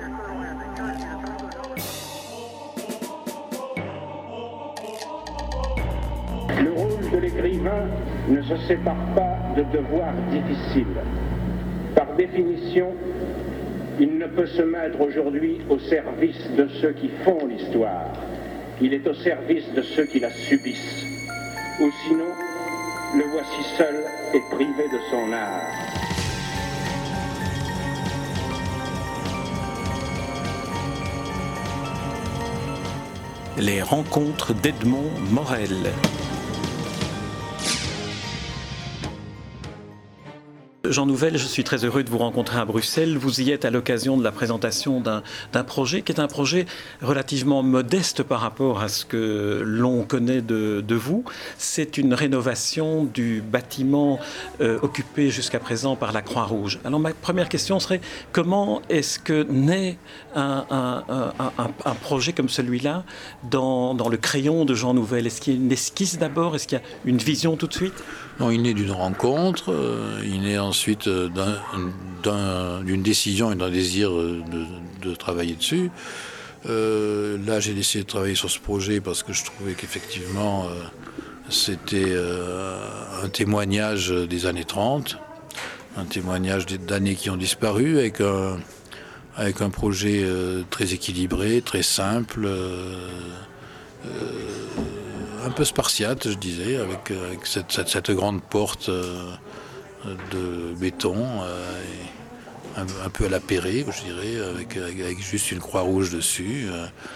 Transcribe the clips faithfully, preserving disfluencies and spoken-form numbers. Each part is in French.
Le rôle de l'écrivain ne se sépare pas de devoirs difficiles. Par définition, il ne peut se mettre aujourd'hui au service de ceux qui font l'histoire. Il est au service de ceux qui la subissent. Ou sinon, le voici seul et privé de son art. Les rencontres d'Edmond Morel. Jean Nouvel, je suis très heureux de vous rencontrer à Bruxelles. Vous y êtes à l'occasion de la présentation d'un, d'un projet qui est un projet relativement modeste par rapport à ce que l'on connaît de, de vous. C'est une rénovation du bâtiment euh, occupé jusqu'à présent par la Croix-Rouge. Alors ma première question serait, comment est-ce que naît un, un, un, un, un projet comme celui-là dans, dans le crayon de Jean Nouvel? Est-ce qu'il y a une esquisse d'abord? Est-ce qu'il y a une vision tout de suite? Non, il naît d'une rencontre, euh, il naît ensuite d'un, d'un, d'une décision et d'un désir de, de travailler dessus. Euh, là, j'ai décidé de travailler sur ce projet parce que je trouvais qu'effectivement, euh, c'était euh, un témoignage des années trente, un témoignage d'années qui ont disparu, avec un, avec un projet euh, très équilibré, très simple, euh, euh, un peu spartiate, je disais, avec, avec cette, cette, cette grande porte euh, de béton, euh, et un, un peu à la Perret, je dirais, avec, avec, avec juste une croix rouge dessus.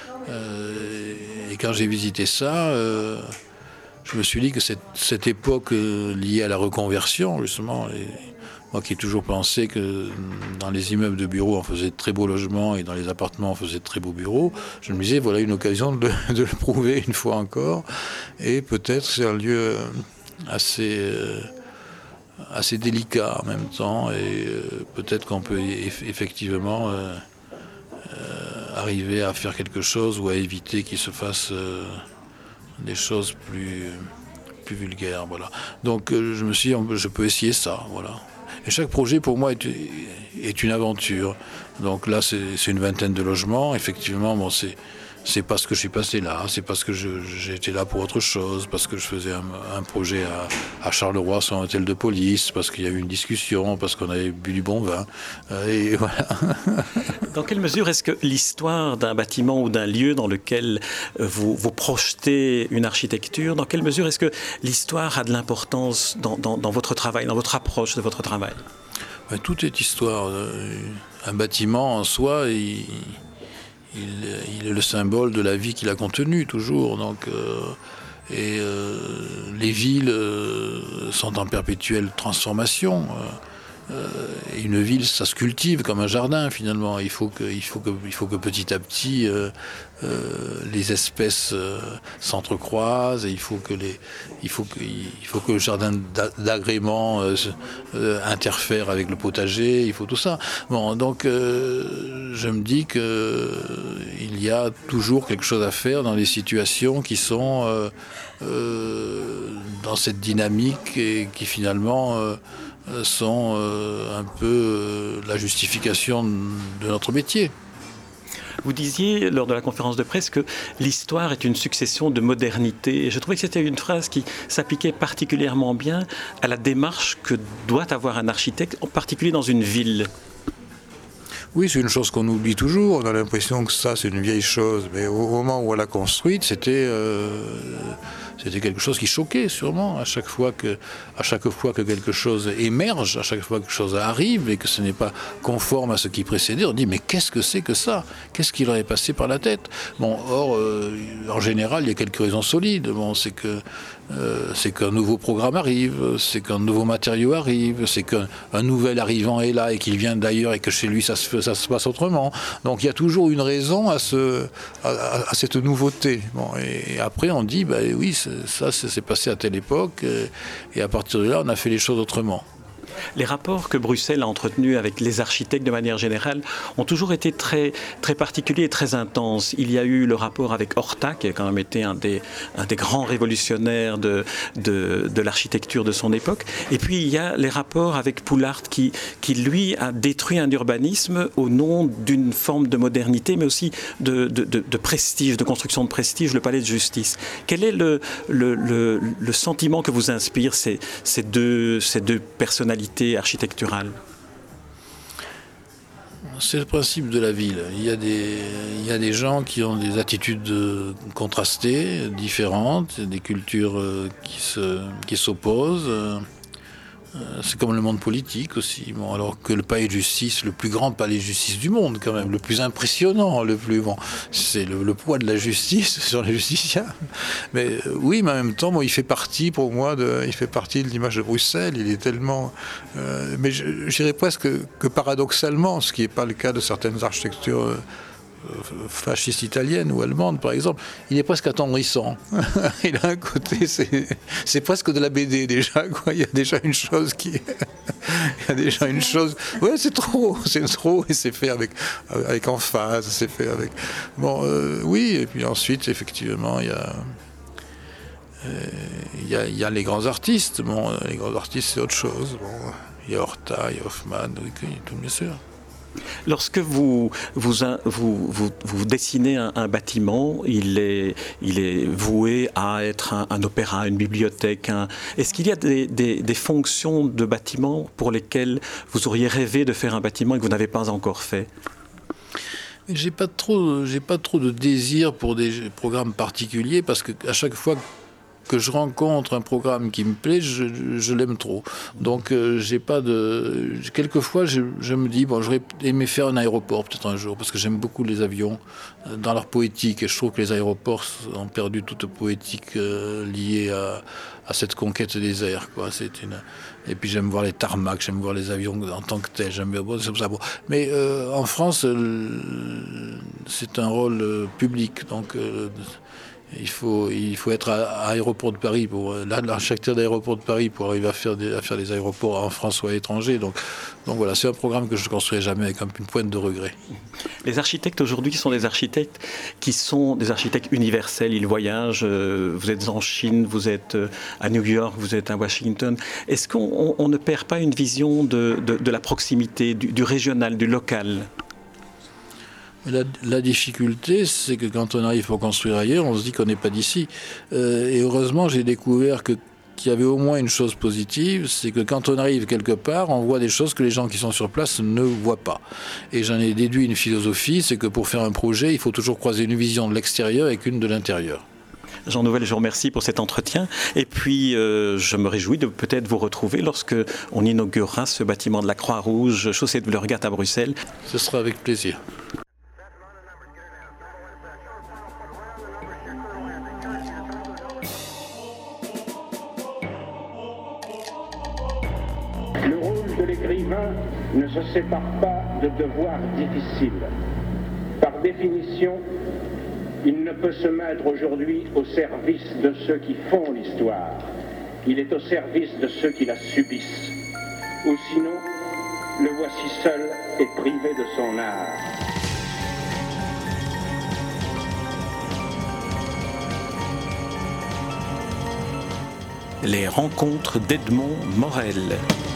Euh, et quand j'ai visité ça, euh, je me suis dit que cette, cette époque euh, liée à la reconversion, justement, les, moi qui ai toujours pensé que dans les immeubles de bureaux, on faisait de très beaux logements et dans les appartements, on faisait de très beaux bureaux, je me disais, voilà une occasion de, de le prouver une fois encore. Et peut-être c'est un lieu assez, euh, assez délicat en même temps. Et euh, peut-être qu'on peut eff- effectivement euh, euh, arriver à faire quelque chose ou à éviter qu'il se fasse euh, des choses plus, plus vulgaires. Voilà. Donc euh, je me suis dit, je peux essayer ça. Voilà. Et chaque projet, pour moi, est, est une aventure. Donc là, c'est, c'est une vingtaine de logements. Effectivement, bon, c'est, c'est parce que je suis passé là, c'est parce que je, j'étais là pour autre chose, parce que je faisais un, un projet à, à Charleroi sur un hôtel de police, parce qu'il y a eu une discussion, parce qu'on avait bu du bon vin. Et voilà. Dans quelle mesure est-ce que l'histoire d'un bâtiment ou d'un lieu dans lequel vous, vous projetez une architecture, dans quelle mesure est-ce que l'histoire a de l'importance dans, dans, dans votre travail, dans votre approche de votre travail? Ben, tout est histoire. Un bâtiment en soi, il, il, il est le symbole de la vie qu'il a contenue toujours. Donc, euh, et euh, les villes euh, sont en perpétuelle transformation. Euh, et une ville, ça se cultive comme un jardin finalement. Il faut que, il faut que, il faut que petit à petit euh, euh, les espèces euh, s'entrecroisent. Et il faut que les, il faut que, il faut que le jardin d'agrément euh, euh, interfère avec le potager. Il faut tout ça. Bon, donc euh, je me dis que euh, il y a toujours quelque chose à faire dans les situations qui sont euh, euh, dans cette dynamique et qui finalement euh, sont euh, un peu euh, la justification de notre métier. Vous disiez lors de la conférence de presse que l'histoire est une succession de modernités. Et je trouvais que c'était une phrase qui s'appliquait particulièrement bien à la démarche que doit avoir un architecte, en particulier dans une ville. Oui, c'est une chose qu'on oublie toujours. On a l'impression que ça, c'est une vieille chose. Mais au moment où on l'a construite, c'était, euh, c'était quelque chose qui choquait, sûrement. À chaque fois que, à chaque fois que quelque chose émerge, à chaque fois que quelque chose arrive et que ce n'est pas conforme à ce qui précédait, on dit mais qu'est-ce que c'est que ça? Qu'est-ce qui leur est passé par la tête? Bon, or, euh, en général, il y a quelques raisons solides. Bon, c'est que Euh, c'est qu'un nouveau programme arrive, c'est qu'un nouveau matériau arrive, c'est qu'un un nouvel arrivant est là et qu'il vient d'ailleurs et que chez lui ça se, ça se passe autrement. Donc il y a toujours une raison à, ce, à, à cette nouveauté. Bon, et, et après on dit, bah, oui, ça c'est, c'est passé à telle époque et à partir de là on a fait les choses autrement. Les rapports que Bruxelles a entretenus avec les architectes de manière générale ont toujours été très, très particuliers et très intenses. Il y a eu le rapport avec Horta, qui a quand même été un des, un des grands révolutionnaires de, de, de l'architecture de son époque. Et puis il y a les rapports avec Poulart, qui, qui lui a détruit un urbanisme au nom d'une forme de modernité, mais aussi de, de, de, de prestige, de construction de prestige, le palais de justice. Quel est le, le, le, le sentiment que vous inspirent ces, ces, deux, ces deux personnalités architecturales? C'est le principe de la ville. Il y a des, il y a des gens qui ont des attitudes contrastées, différentes, des cultures qui se, qui s'opposent. C'est comme le monde politique aussi. Bon, alors que le palais de justice, le plus grand palais de justice du monde quand même, le plus impressionnant, le plus bon, c'est le, le poids de la justice sur les justiciables. Mais euh, oui, mais en même temps, bon, il fait partie pour moi de, il fait partie de l'image de Bruxelles. Il est tellement, euh, mais je, je dirais presque que, que paradoxalement, ce qui n'est pas le cas de certaines architectures Euh, fasciste italienne ou allemande par exemple, il est presque attendrissant. Il a un côté, c'est, c'est presque de la B D déjà, quoi. Il y a déjà une chose qui, il y a déjà une chose. Ouais, c'est trop, c'est trop, et c'est fait avec avec emphase, c'est fait avec. Bon, euh, oui, et puis ensuite effectivement il y a. Euh, il y a, il y a les grands artistes. Bon, les grands artistes c'est autre chose. Bon, il y a Horta, il y a Hoffmann, oui, tout bien sûr. Lorsque vous, vous, vous, vous, vous dessinez un, un bâtiment, il est, il est voué à être un, un opéra, une bibliothèque. Un... Est-ce qu'il y a des, des, des fonctions de bâtiment pour lesquelles vous auriez rêvé de faire un bâtiment et que vous n'avez pas encore fait ? J'ai pas trop, j'ai pas trop de désir pour des programmes particuliers parce qu'à chaque fois que je rencontre un programme qui me plaît, je, je l'aime trop. Donc euh, j'ai pas de. Quelquefois, je, je me dis bon, j'aurais aimé faire un aéroport peut-être un jour parce que j'aime beaucoup les avions euh, dans leur poétique et je trouve que les aéroports ont perdu toute poétique euh, liée à, à cette conquête des airs, quoi. C'est une. Et puis j'aime voir les tarmacs, j'aime voir les avions en tant que tels. J'aime bien. Bon, c'est comme ça. Bon. Mais euh, en France, euh, c'est un rôle euh, public, donc. Euh, Il faut, il faut être à, à Aéroport de Paris, pour l'architecture d'Aéroport de Paris pour arriver à faire, des, à faire des aéroports en France ou à l'étranger. Donc, donc voilà, c'est un programme que je ne construirai jamais avec une pointe de regret. Les architectes aujourd'hui sont des architectes qui sont des architectes universels. Ils voyagent, vous êtes en Chine, vous êtes à New York, vous êtes à Washington. Est-ce qu'on on, on ne perd pas une vision de, de, de la proximité, du, du régional, du local ? La, la difficulté, c'est que quand on arrive pour construire ailleurs, on se dit qu'on n'est pas d'ici. Euh, et heureusement, j'ai découvert que, qu'il y avait au moins une chose positive, c'est que quand on arrive quelque part, on voit des choses que les gens qui sont sur place ne voient pas. Et j'en ai déduit une philosophie, c'est que pour faire un projet, il faut toujours croiser une vision de l'extérieur avec une de l'intérieur. Jean Nouvel, je vous remercie pour cet entretien. Et puis, euh, je me réjouis de peut-être vous retrouver lorsque on inaugurera ce bâtiment de la Croix-Rouge, chaussée de Vleurgat à Bruxelles. Ce sera avec plaisir. Le rôle de l'écrivain ne se sépare pas de devoirs difficiles. Par définition, il ne peut se mettre aujourd'hui au service de ceux qui font l'histoire. Il est au service de ceux qui la subissent. Ou sinon, le voici seul et privé de son art. Les rencontres d'Edmond Morel.